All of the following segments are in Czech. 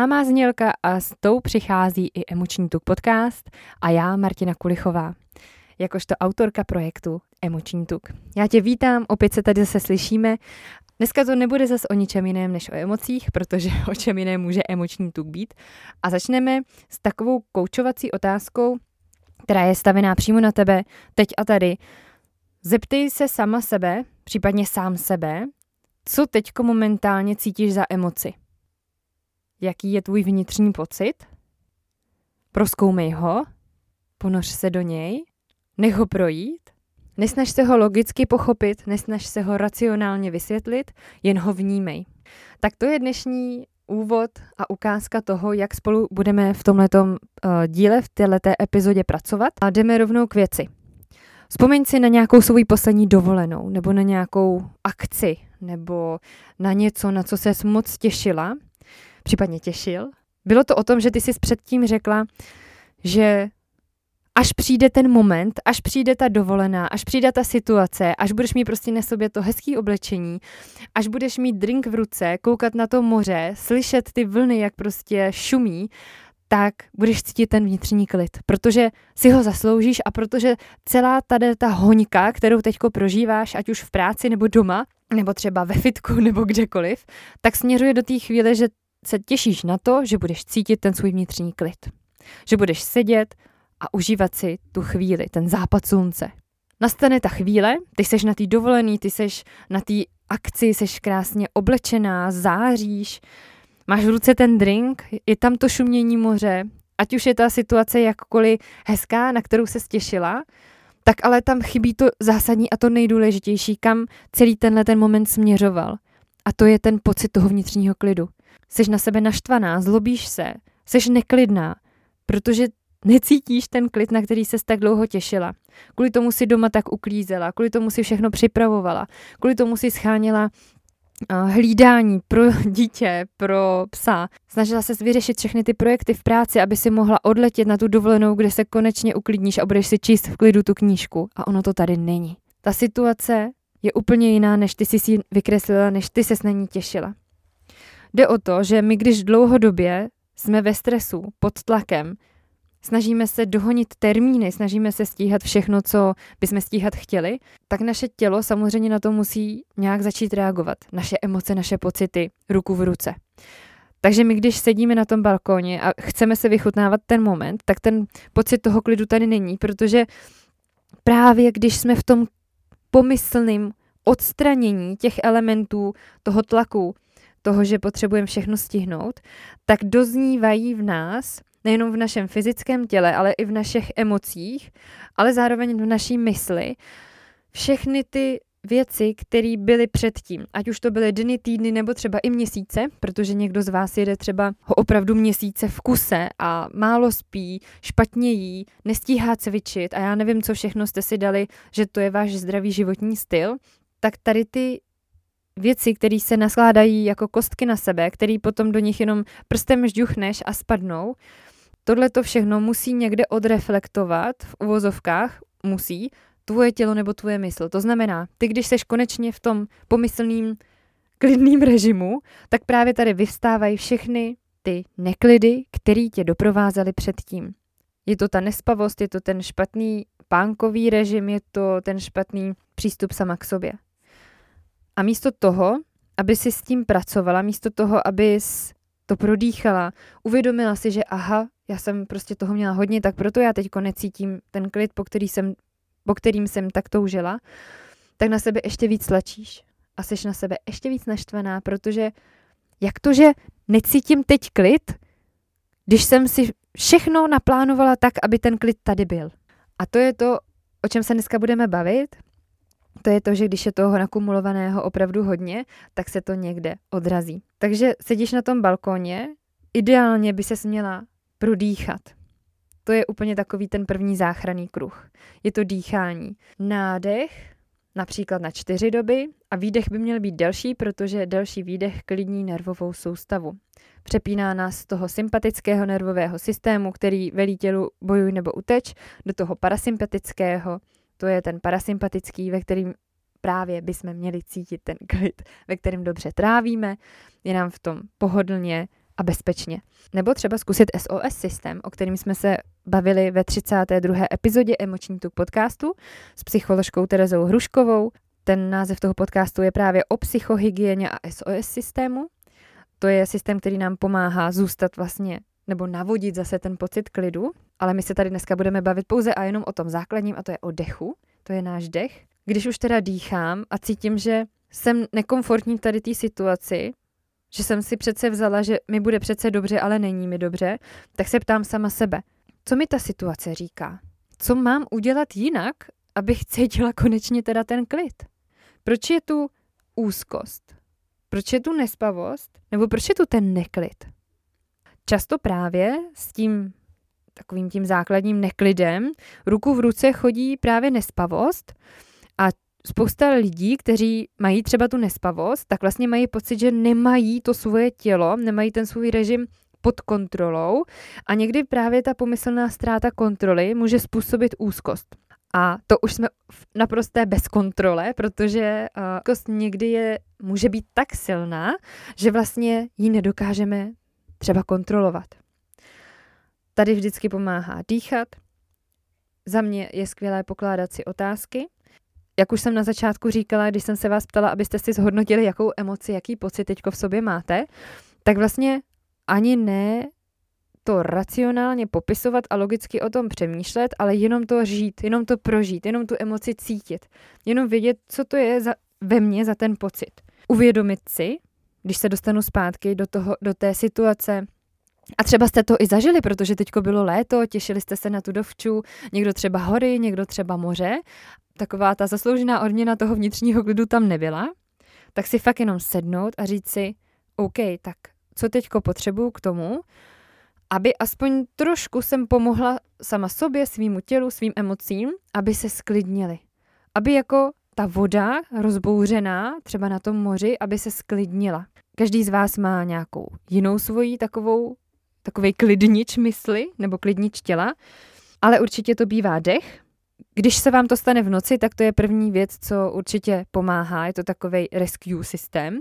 známá znělka a s tou přichází i Emoční tuk podcast a já, Martina Kulichová, jakožto autorka projektu Emoční tuk. Já tě vítám, opět se tady zase slyšíme. Dneska to nebude zase o ničem jiném než o emocích, protože o čem jiném může Emoční tuk být. A začneme s takovou koučovací otázkou, která je stavená přímo na tebe, teď a tady. Zeptej se sama sebe, případně sám sebe, co teďko momentálně cítíš za emoci. Jaký je tvůj vnitřní pocit? Prozkoumej ho, ponoř se do něj, nech ho projít, nesnaž se ho logicky pochopit, nesnaž se ho racionálně vysvětlit, jen ho vnímej. Tak to je dnešní úvod a ukázka toho, jak spolu budeme v tomhletom díle, v této epizodě pracovat a jdeme rovnou k věci. Vzpomeň si na nějakou svou poslední dovolenou, nebo na nějakou akci, nebo na něco, na co ses moc těšila, případně těšil. Bylo to o tom, že ty jsi předtím řekla, že až přijde ten moment, až přijde ta dovolená, až přijde ta situace, až budeš mít prostě na sobě to hezké oblečení, až budeš mít drink v ruce, koukat na to moře, slyšet ty vlny, jak prostě šumí, tak budeš cítit ten vnitřní klid, protože si ho zasloužíš a protože celá ta hoňka, kterou teďko prožíváš, ať už v práci nebo doma, nebo třeba ve fitku nebo kdekoliv, tak směřuje do té chvíle, že se těšíš na to, že budeš cítit ten svůj vnitřní klid. Že budeš sedět a užívat si tu chvíli, ten západ slunce. Nastane ta chvíle, ty seš na té dovolený, ty seš na té akci, seš krásně oblečená, záříš, máš v ruce ten drink, je tam to šumění moře, ať už je ta situace jakkoliv hezká, na kterou se těšila, tak ale tam chybí to zásadní a to nejdůležitější, kam celý ten moment směřoval. A to je ten pocit toho vnitřního klidu. Seš na sebe naštvaná, zlobíš se, seš neklidná, protože necítíš ten klid, na který ses tak dlouho těšila. Kvůli tomu si doma tak uklízela, kvůli tomu si všechno připravovala, kvůli tomu si scháněla hlídání pro dítě, pro psa. Snažila se vyřešit všechny ty projekty v práci, aby si mohla odletět na tu dovolenou, kde se konečně uklidníš a budeš si číst v klidu tu knížku. A ono to tady není. Ta situace je úplně jiná, než ty si ji vykreslila, než ty ses na ní těšila. Jde o to, že my když dlouhodobě jsme ve stresu, pod tlakem, snažíme se dohonit termíny, snažíme se stíhat všechno, co bychom stíhat chtěli, tak naše tělo samozřejmě na to musí nějak začít reagovat. Naše emoce, naše pocity, ruku v ruce. Takže my, když sedíme na tom balkóně a chceme se vychutnávat ten moment, tak ten pocit toho klidu tady není, protože právě když jsme v tom pomyslném odstranění těch elementů, toho tlaku, toho, že potřebujeme všechno stihnout, tak doznívají v nás, nejenom v našem fyzickém těle, ale i v našich emocích, ale zároveň v naší mysli, všechny ty věci, které byly předtím, ať už to byly dny, týdny nebo třeba i měsíce, protože někdo z vás jede třeba opravdu měsíce v kuse a málo spí, špatně jí, nestíhá cvičit a já nevím, co všechno jste si dali, že to je váš zdravý životní styl, tak tady ty věci, které se naskládají jako kostky na sebe, které potom do nich jenom prstem žduchneš a spadnou, tohle to všechno musí někde odreflektovat v uvozovkách, musí tvoje tělo nebo tvoje mysl. To znamená, ty když seš konečně v tom pomyslným klidným režimu, tak právě tady vyvstávají všechny ty neklidy, které tě doprovázely předtím. Je to ta nespavost, je to ten špatný pánkový režim, je to ten špatný přístup sama k sobě. A místo toho, aby si s tím pracovala, místo toho, abys to prodýchala, uvědomila si, že aha, já jsem prostě toho měla hodně, tak proto já teďko necítím ten klid, po kterým jsem tak toužila, tak na sebe ještě víc tlačíš a jsi na sebe ještě víc naštvaná, protože jak to, že necítím teď klid, když jsem si všechno naplánovala tak, aby ten klid tady byl. A to je to, o čem se dneska budeme bavit. To je to, že když je toho nakumulovaného opravdu hodně, tak se to někde odrazí. Takže sedíš na tom balkóně, ideálně by ses měla prodýchat. To je úplně takový ten první záchranný kruh. Je to dýchání. Nádech, například na 4 doby a výdech by měl být delší, protože delší výdech klidní nervovou soustavu. Přepíná nás z toho sympatického nervového systému, který velí tělu bojuj nebo uteč, do toho parasympatického. To je ten parasympatický, ve kterým právě bychom měli cítit ten klid, ve kterém dobře trávíme, je nám v tom pohodlně a bezpečně. Nebo třeba zkusit SOS systém, o kterým jsme se bavili ve 32. epizodě Emoční tuk podcastu s psycholožkou Terezou Hruškovou. Ten název toho podcastu je právě o psychohygieně a SOS systému. To je systém, který nám pomáhá zůstat vlastně nebo navodit zase ten pocit klidu, ale my se tady dneska budeme bavit pouze a jenom o tom základním, a to je o dechu. To je náš dech. Když už teda dýchám a cítím, že jsem nekomfortní v tady té situaci, že jsem si přece vzala, že mi bude přece dobře, ale není mi dobře, tak se ptám sama sebe, co mi ta situace říká? Co mám udělat jinak, abych cítila konečně teda ten klid? Proč je tu úzkost? Proč je tu nespavost? Nebo proč je tu ten neklid? Často právě s tím takovým tím základním neklidem ruku v ruce chodí právě nespavost a spousta lidí, kteří mají třeba tu nespavost, tak vlastně mají pocit, že nemají to svoje tělo, nemají ten svůj režim pod kontrolou a někdy právě ta pomyslná ztráta kontroly může způsobit úzkost. A to už jsme v naprosté bezkontrole, protože úzkost někdy může být tak silná, že vlastně ji nedokážeme třeba kontrolovat. Tady vždycky pomáhá dýchat. Za mě je skvělé pokládat si otázky. Jak už jsem na začátku říkala, když jsem se vás ptala, abyste si zhodnotili, jakou emoci, jaký pocit teďko v sobě máte, tak vlastně ani ne to racionálně popisovat a logicky o tom přemýšlet, ale jenom to žít, jenom to prožít, jenom tu emoci cítit. Jenom vědět, co to je ve mně za ten pocit. Uvědomit si, když se dostanu zpátky do té situace, a třeba jste to i zažili, protože teďko bylo léto, těšili jste se na tu dovču, někdo třeba hory, někdo třeba moře, taková ta zasloužená odměna toho vnitřního klidu tam nebyla, tak si fakt jenom sednout a říct si, OK, tak co teďko potřebuju k tomu, aby aspoň trošku jsem pomohla sama sobě, svýmu tělu, svým emocím, aby se sklidnili. Aby jako ta voda rozbouřená, třeba na tom moři, aby se sklidnila. Každý z vás má nějakou jinou svoji takovej klidnič mysli nebo klidnič těla, ale určitě to bývá dech. Když se vám to stane v noci, tak to je první věc, co určitě pomáhá, je to takovej rescue systém.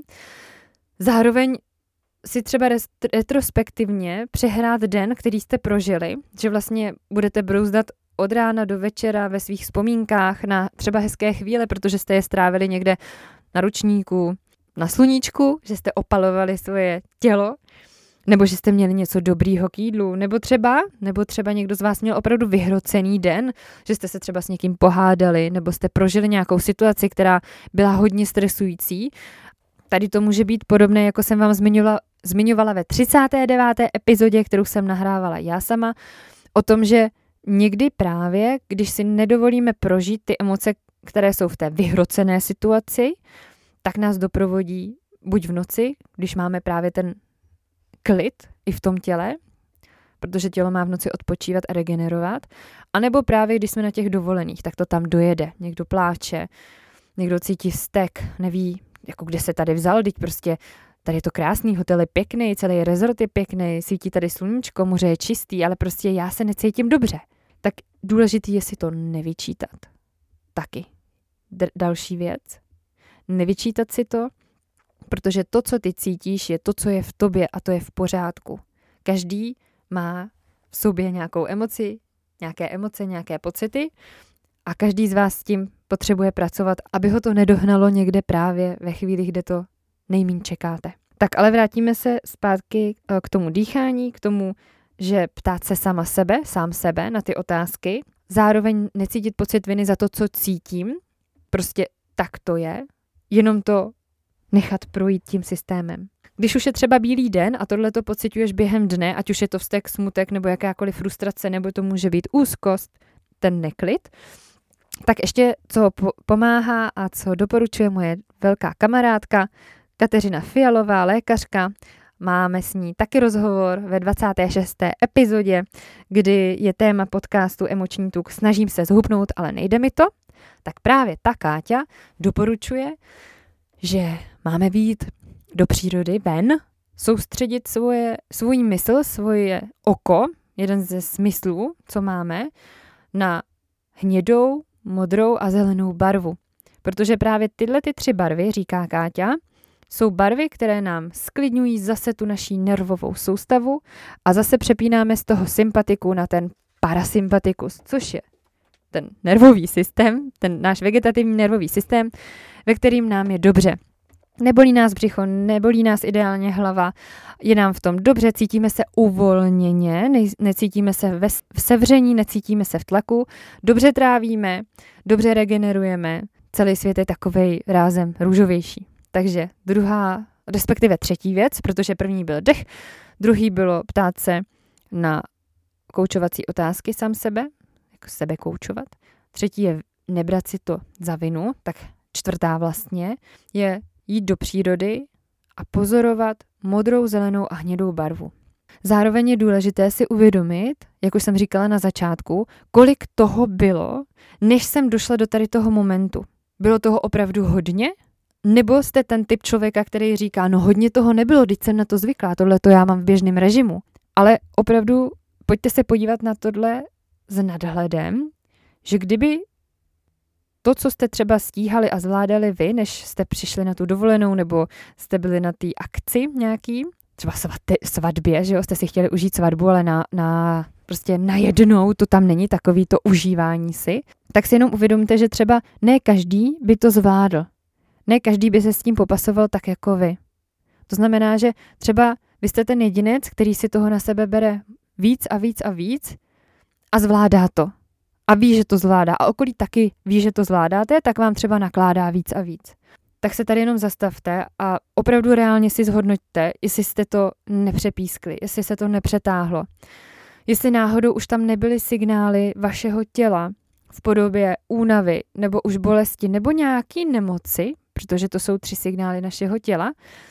Zároveň si třeba retrospektivně přehrát den, který jste prožili, že vlastně budete brouzdat od rána do večera ve svých vzpomínkách na třeba hezké chvíle, protože jste je strávili někde na ručníku, na sluníčku, že jste opalovali svoje tělo, nebo že jste měli něco dobrýho k jídlu, nebo třeba někdo z vás měl opravdu vyhrocený den, že jste se třeba s někým pohádali, nebo jste prožili nějakou situaci, která byla hodně stresující. Tady to může být podobné, jako jsem vám zmiňovala ve 39. epizodě, kterou jsem nahrávala já sama, o tom, že někdy právě, když si nedovolíme prožít ty emoce, které jsou v té vyhrocené situaci, tak nás doprovodí buď v noci, když máme právě ten klid i v tom těle, protože tělo má v noci odpočívat a regenerovat, anebo právě, když jsme na těch dovolených, tak to tam dojede. Někdo pláče, někdo cítí vztek, neví, jako kde se tady vzal, teď prostě tady je to krásný, hotel je pěkný, celý resort je pěkný, svítí tady sluníčko, moře je čistý, ale prostě já se necítím dobře. Tak důležitý je si to nevyčítat. Taky. Další věc. Nevyčítat si to, protože to, co ty cítíš, je to, co je v tobě a to je v pořádku. Každý má v sobě nějakou emoci, nějaké pocity a každý z vás s tím potřebuje pracovat, aby ho to nedohnalo někde právě ve chvíli, kde to nejmíň čekáte. Tak ale vrátíme se zpátky k tomu dýchání, k tomu, že ptát se sám sebe na ty otázky, zároveň necítit pocit viny za to, co cítím, prostě tak to je, jenom to nechat projít tím systémem. Když už je třeba bílý den a tohle to pociťuješ během dne, ať už je to vztek, smutek nebo jakákoliv frustrace, nebo to může být úzkost, ten neklid, tak ještě co pomáhá a co doporučuje moje velká kamarádka Kateřina Fialová, lékařka. Máme s ní taky rozhovor ve 26. epizodě, kdy je téma podcastu Emoční tuk Snažím se zhubnout, ale nejde mi to. Tak právě ta Káťa doporučuje, že máme vyjít do přírody ven, soustředit svůj mysl, svoje oko, jeden ze smyslů, co máme, na hnědou, modrou a zelenou barvu. Protože právě tyhle ty 3 barvy, říká Káťa, Jsou barvy, které nám sklidňují zase tu naší nervovou soustavu a zase přepínáme z toho sympatiku na ten parasympatikus, což je ten nervový systém, ten náš vegetativní nervový systém, ve kterým nám je dobře. Nebolí nás břicho, nebolí nás ideálně hlava, je nám v tom dobře, cítíme se uvolněně, necítíme se v sevření, necítíme se v tlaku, dobře trávíme, dobře regenerujeme, celý svět je takovej rázem růžovější. Takže třetí věc, protože první byl dech, druhý bylo ptát se na koučovací otázky sám sebe, jako sebe koučovat. Třetí je nebrat si to za vinu, tak čtvrtá vlastně je jít do přírody a pozorovat modrou, zelenou a hnědou barvu. Zároveň je důležité si uvědomit, jak už jsem říkala na začátku, kolik toho bylo, než jsem došla do tady toho momentu. Bylo toho opravdu hodně? Nebo jste ten typ člověka, který říká, no hodně toho nebylo, vždyť jsem na to zvyklá, tohle to já mám v běžném režimu. Ale opravdu pojďte se podívat na tohle s nadhledem, že kdyby to, co jste třeba stíhali a zvládali vy, než jste přišli na tu dovolenou nebo jste byli na té akci nějaký, třeba svatbě, že jo, jste si chtěli užít svatbu, ale prostě najednou to tam není takový to užívání si, tak si jenom uvědomte, že třeba ne každý by to zvládl. Ne každý by se s tím popasoval tak jako vy. To znamená, že třeba vy jste ten jedinec, který si toho na sebe bere víc a víc a víc a zvládá to. A ví, že to zvládá. A okolí taky ví, že to zvládáte, tak vám třeba nakládá víc a víc. Tak se tady jenom zastavte a opravdu reálně si zhodnoťte, jestli jste to nepřepískli, jestli se to nepřetáhlo. Jestli náhodou už tam nebyly signály vašeho těla v podobě únavy nebo už bolesti nebo nějaký nemoci, protože to jsou 3 signály našeho těla,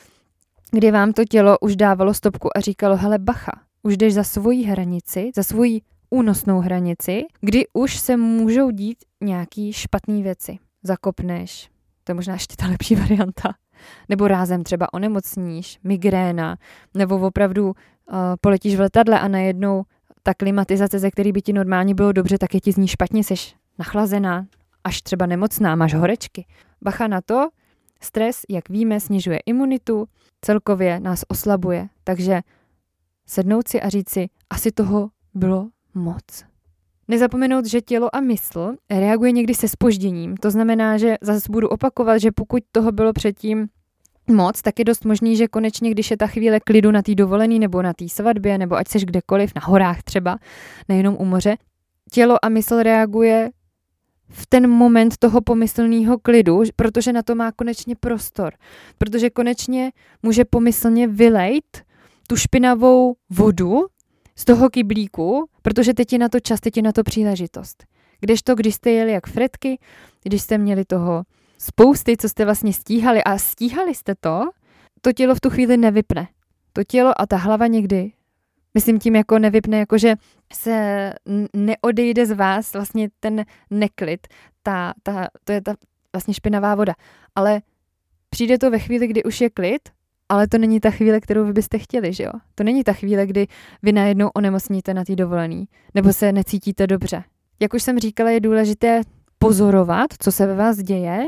kdy vám to tělo už dávalo stopku a říkalo, hele bacha, už jdeš za svoji hranici, za svoji únosnou hranici, kdy už se můžou dít nějaký špatné věci. Zakopneš, to je možná ještě ta lepší varianta, nebo rázem třeba onemocníš, migréna, nebo opravdu poletíš v letadle a najednou ta klimatizace, ze který by ti normálně bylo dobře, tak je ti z ní špatně, seš nachlazená, až třeba nemocná, máš horečky. Bacha na to, stres, jak víme, snižuje imunitu, celkově nás oslabuje, takže sednout si a říct si, asi toho bylo moc. Nezapomenout, že tělo a mysl reaguje někdy se zpožděním. To znamená, že zase budu opakovat, že pokud toho bylo předtím moc, tak je dost možný, že konečně, když je ta chvíle klidu na té dovolený nebo na té svatbě, nebo ať seš kdekoliv, na horách třeba, nejenom u moře, tělo a mysl reaguje v ten moment toho pomyslného klidu, protože na to má konečně prostor. Protože konečně může pomyslně vylejt tu špinavou vodu z toho kyblíku, protože teď je na to čas, teď je na to příležitost. Kdežto, když jste jeli jak fretky, když jste měli toho spousty, co jste vlastně stíhali a stíhali jste to tělo v tu chvíli nevypne. To tělo a ta hlava někdy, myslím tím jako nevypne, jakože se neodejde z vás vlastně ten neklid, to je ta vlastně špinavá voda. Ale přijde to ve chvíli, kdy už je klid, ale to není ta chvíle, kterou vy byste chtěli, že jo? To není ta chvíle, kdy vy najednou onemocníte na té dovolený, nebo se necítíte dobře. Jak už jsem říkala, je důležité pozorovat, co se ve vás děje.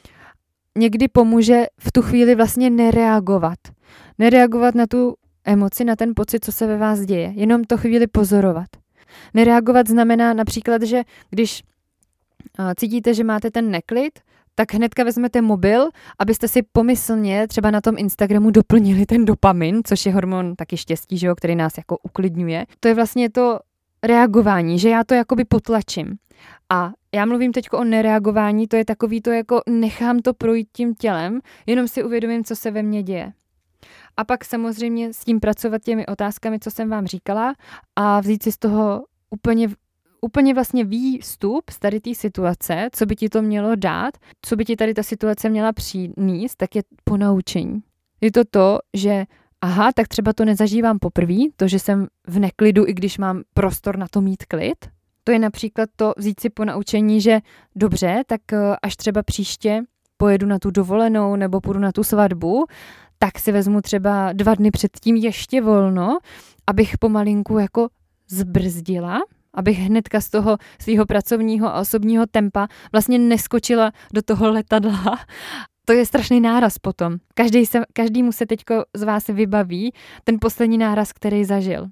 Někdy pomůže v tu chvíli vlastně nereagovat. Nereagovat na tu emoci, na ten pocit, co se ve vás děje. Jenom to chvíli pozorovat. Nereagovat znamená například, že když cítíte, že máte ten neklid, tak hnedka vezmete mobil, abyste si pomyslně třeba na tom Instagramu doplnili ten dopamin, což je hormon taky štěstí, že jo, který nás jako uklidňuje. To je vlastně to reagování, že já to jakoby potlačím. A já mluvím teď o nereagování, to je takový to jako nechám to projít tím tělem, jenom si uvědomím, co se ve mně děje. A pak samozřejmě s tím pracovat těmi otázkami, co jsem vám říkala a vzít si z toho úplně vlastně výstup z tady té situace, co by ti to mělo dát, co by ti tady ta situace měla přinést, tak je ponaučení. Je to, že aha, tak třeba to nezažívám poprvé, to, že jsem v neklidu, i když mám prostor na to mít klid. To je například to vzít si ponaučení, že dobře, tak až třeba příště pojedu na tu dovolenou nebo půjdu na tu svatbu, tak si vezmu třeba 2 dny předtím ještě volno, abych pomalinku jako zbrzdila, abych hnedka z toho svého pracovního a osobního tempa vlastně neskočila do toho letadla To je strašný náraz potom. Každému se teďko z vás vybaví ten poslední náraz, který zažil.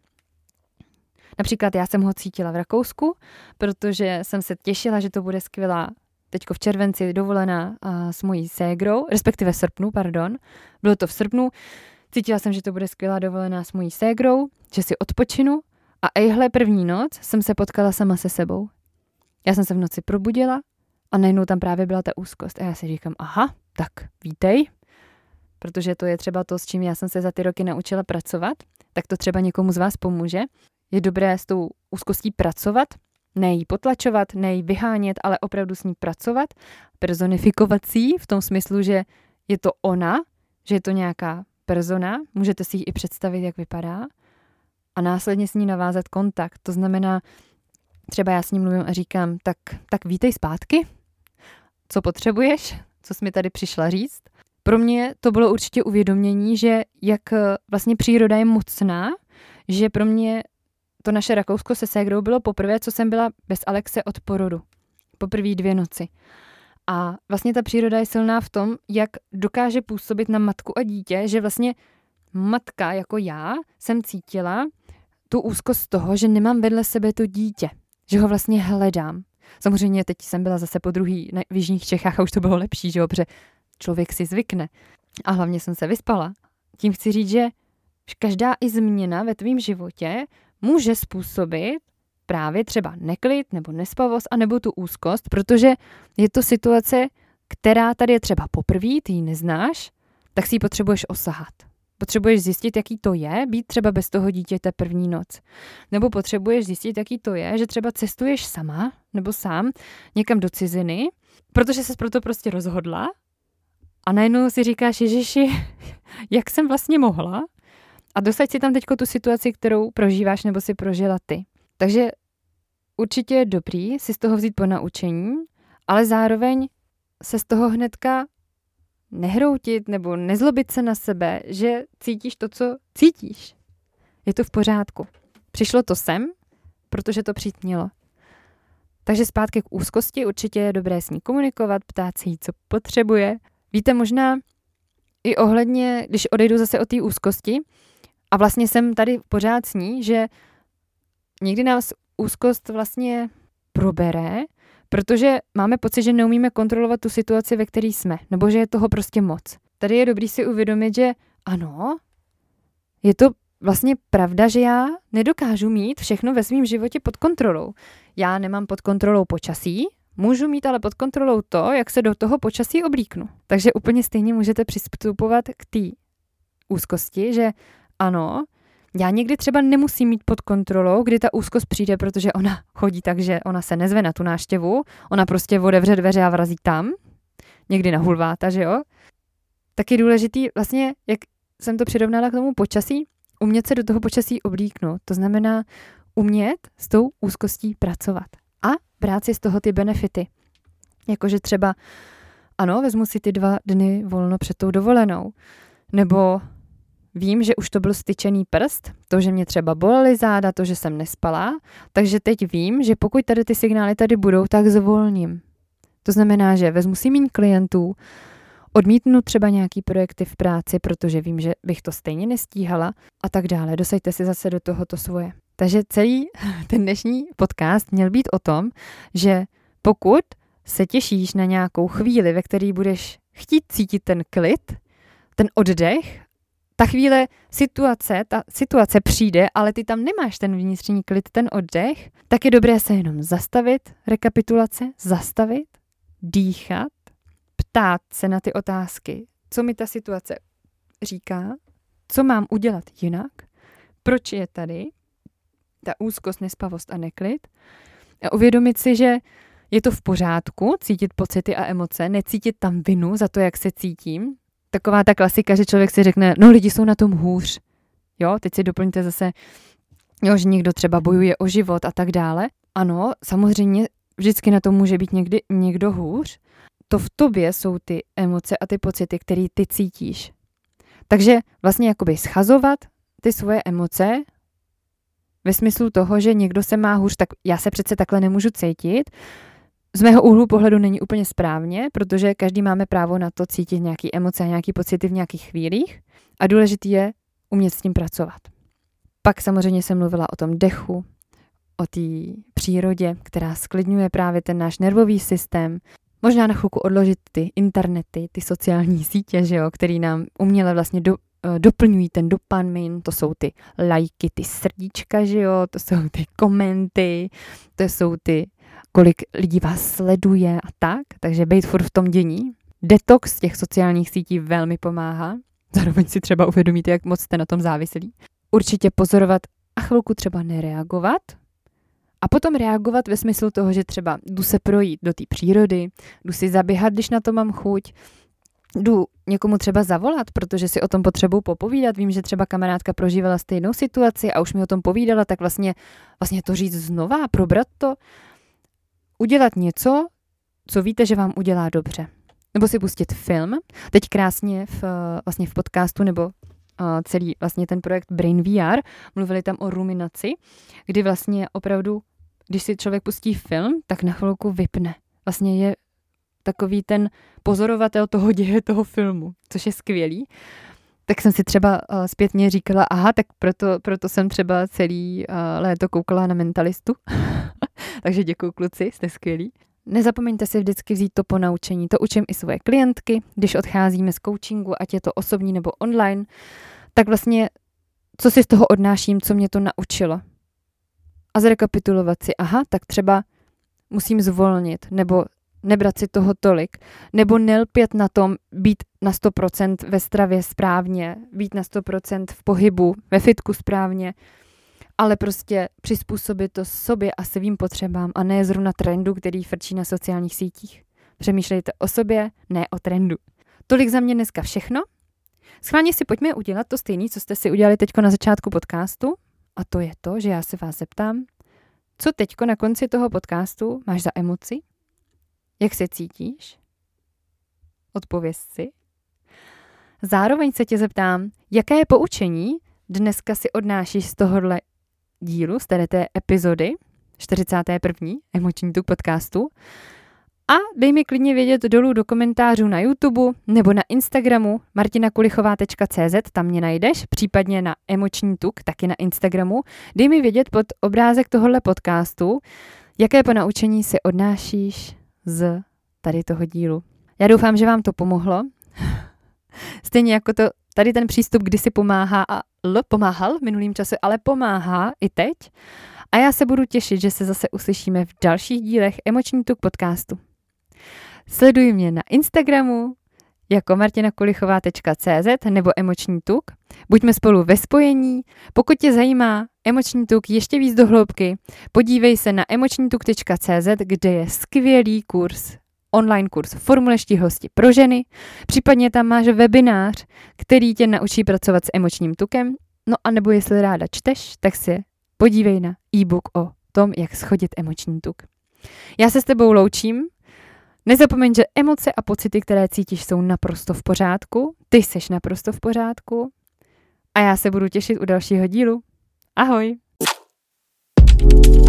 Například já jsem ho cítila v Rakousku, protože jsem se těšila, že to bude skvělá teďko v červenci dovolená s mojí ségrou, respektive v srpnu, pardon. Bylo to v srpnu. Cítila jsem, že to bude skvělá dovolená s mojí ségrou, že si odpočinu a ejhle první noc jsem se potkala sama se sebou. Já jsem se v noci probudila a najednou tam právě byla ta úzkost. A já si říkám, aha, tak vítej, protože to je třeba to, s čím já jsem se za ty roky naučila pracovat, tak to třeba někomu z vás pomůže. Je dobré s tou úzkostí pracovat, ne jí potlačovat, ne jí vyhánět, ale opravdu s ní pracovat, personifikovat si v tom smyslu, že je to ona, že je to nějaká persona, můžete si ji i představit, jak vypadá a následně s ní navázat kontakt. To znamená, třeba já s ní mluvím a říkám, tak vítej zpátky, co potřebuješ, co jsi mi tady přišla říct. Pro mě to bylo určitě uvědomění, že jak vlastně příroda je mocná, že pro mě to naše Rakousko se ségrou bylo poprvé, co jsem byla bez Alexe od porodu. Poprvé 2 noci. A vlastně ta příroda je silná v tom, jak dokáže působit na matku a dítě, že vlastně matka jako já jsem cítila tu úzkost z toho, že nemám vedle sebe to dítě, že ho vlastně hledám. Samozřejmě teď jsem byla zase podruhý v jižních Čechách a už to bylo lepší, že jo, protože člověk si zvykne. A hlavně jsem se vyspala. Tím chci říct, že každá i změna ve tvém životě může způsobit právě třeba neklid nebo nespavost a nebo tu úzkost, protože je to situace, která tady je třeba poprvé, ty ji neznáš, tak si ji potřebuješ osahat. Potřebuješ zjistit, jaký to je, být třeba bez toho dítěte první noc. Nebo potřebuješ zjistit, jaký to je, že třeba cestuješ sama nebo sám někam do ciziny, protože ses proto prostě rozhodla a najednou si říkáš, Ježiši, jak jsem vlastně mohla? A dosaď si tam teďko tu situaci, kterou prožíváš nebo si prožila ty. Takže určitě je dobrý si z toho vzít ponaučení, ale zároveň se z toho hnedka nehroutit nebo nezlobit se na sebe, že cítíš to, co cítíš. Je to v pořádku. Přišlo to sem, protože to přijít mělo. Takže zpátky k úzkosti, určitě je dobré s ní komunikovat, ptát se jí, co potřebuje. Víte, možná i ohledně, když odejdu zase od té úzkosti, a vlastně jsem tady pořád s ní, že někdy nás úzkost vlastně probere, protože máme pocit, že neumíme kontrolovat tu situaci, ve které jsme, nebo že je toho prostě moc. Tady je dobrý si uvědomit, že ano, je to vlastně pravda, že já nedokážu mít všechno ve svém životě pod kontrolou. Já nemám pod kontrolou počasí, můžu mít ale pod kontrolou to, jak se do toho počasí oblíknu. Takže úplně stejně můžete přistupovat k té úzkosti, že ano, já někdy třeba nemusím mít pod kontrolou, kdy ta úzkost přijde, protože ona chodí tak, že ona se nezve na tu návštěvu, ona prostě otevře dveře a vrazí tam, někdy na hulváta, že jo. Tak je důležitý vlastně, jak jsem to přirovnala k tomu počasí, umět se do toho počasí oblíknout. To znamená umět s tou úzkostí pracovat a brát si z toho ty benefity. Jakože třeba, ano, vezmu si ty 2 dny volno před tou dovolenou, nebo vím, že už to byl styčený prst, to, že mě třeba bolely záda, to, že jsem nespala, takže teď vím, že pokud tady ty signály tady budou, tak zvolním. To znamená, že vezmu si méně klientů, odmítnu třeba nějaký projekty v práci, protože vím, že bych to stejně nestíhala a tak dále. Dosaďte si zase do tohoto svoje. Takže celý ten dnešní podcast měl být o tom, že pokud se těšíš na nějakou chvíli, ve které budeš chtít cítit ten klid, ten oddech, ta situace přijde, ale ty tam nemáš ten vnitřní klid, ten oddech, tak je dobré se jenom zastavit, rekapitulace, zastavit, dýchat, ptát se na ty otázky, co mi ta situace říká, co mám udělat jinak, proč je tady ta úzkost, nespavost a neklid a uvědomit si, že je to v pořádku cítit pocity a emoce, necítit tam vinu za to, jak se cítím. Taková ta klasika, že člověk si řekne, no lidi jsou na tom hůř. Jo, teď si doplňte zase, jo, že někdo třeba bojuje o život a tak dále. Ano, samozřejmě vždycky na tom může být někdy někdo hůř. To v tobě jsou ty emoce a ty pocity, které ty cítíš. Takže vlastně jakoby schazovat ty svoje emoce ve smyslu toho, že někdo se má hůř, tak já se přece takhle nemůžu cítit. z mého úhlu pohledu není úplně správně, protože každý máme právo na to cítit nějaký emoce a nějaký pocity v nějakých chvílích a důležitý je umět s tím pracovat. Pak samozřejmě jsem mluvila o tom dechu, o té přírodě, která sklidňuje právě ten náš nervový systém. Možná na chvilku odložit ty internety, ty sociální sítě, že jo, který nám uměle vlastně doplňují ten dopamin, to jsou ty lajky, ty srdíčka, že jo, to jsou ty komenty, to jsou ty, kolik lidí vás sleduje a tak, takže bejt furt v tom dění. Detox těch sociálních sítí velmi pomáhá, zároveň si třeba uvědomíte, jak moc jste na tom závislí. Určitě pozorovat a chvilku třeba nereagovat a potom reagovat ve smyslu toho, že třeba jdu se projít do té přírody, jdu si zaběhat, když na to mám chuť, jdu někomu třeba zavolat, protože si o tom potřebuji popovídat. Vím, že třeba kamarádka prožívala stejnou situaci a už mi o tom povídala, tak vlastně to říct znova, probrat to, udělat něco, co víte, že vám udělá dobře. Nebo si pustit film. Teď krásně v podcastu nebo celý vlastně ten projekt Brain VR, mluvili tam o ruminaci, kdy vlastně opravdu, když si člověk pustí film, tak na chvilku vypne. Vlastně je takový ten pozorovatel toho děje toho filmu, což je skvělý. Tak jsem si třeba zpětně říkala, aha, tak proto jsem třeba celý léto koukala na Mentalistu. Takže děkuju kluci, jste skvělí. Nezapomeňte si vždycky vzít to ponaučení. To učím i svoje klientky, když odcházíme z coachingu, ať je to osobní nebo online, tak vlastně, co si z toho odnáším, co mě to naučilo. A zrekapitulovat si, aha, tak třeba musím zvolnit, nebo nebrat si toho tolik, nebo nelpět na tom být na 100% ve stravě správně, být na 100% v pohybu, ve fitku správně, ale prostě přizpůsobit to sobě a svým potřebám a ne zrovna trendu, který frčí na sociálních sítích. Přemýšlejte o sobě, ne o trendu. Tolik za mě dneska všechno. Schválně si pojďme udělat to stejné, co jste si udělali teďko na začátku podcastu, a to je to, že já se vás zeptám, co teďko na konci toho podcastu máš za emoci? Jak se cítíš? Odpověz si. Zároveň se tě zeptám, jaké poučení dneska si odnášíš z tohohle dílu, z té epizody, 41. Emoční tuk podcastu. A dej mi klidně vědět dolů do komentářů na YouTube nebo na Instagramu martinakulichová.cz, tam mě najdeš, případně na Emoční tuk, taky na Instagramu. Dej mi vědět pod obrázek tohohle podcastu, jaké ponaučení si odnášíš z tady toho dílu. Já doufám, že vám to pomohlo. Stejně jako to tady ten přístup kdysi pomáhal v minulým čase, ale pomáhá i teď. A já se budu těšit, že se zase uslyšíme v dalších dílech Emoční tuk podcastu. Sleduj mě na Instagramu jako martinakulichová.cz nebo Emoční tuk. Buďme spolu ve spojení. Pokud tě zajímá Emoční tuk ještě víc do hloubky, podívej se na emočnituk.cz, kde je skvělý kurz, online kurz Formule štíhlosti pro ženy. Případně tam máš webinář, který tě naučí pracovat s emočním tukem. No a nebo jestli ráda čteš, tak se podívej na e-book o tom, jak schodit emoční tuk. Já se s tebou loučím. Nezapomeň, že emoce a pocity, které cítíš, jsou naprosto v pořádku. Ty seš naprosto v pořádku. A já se budu těšit u dalšího dílu. Ahoj!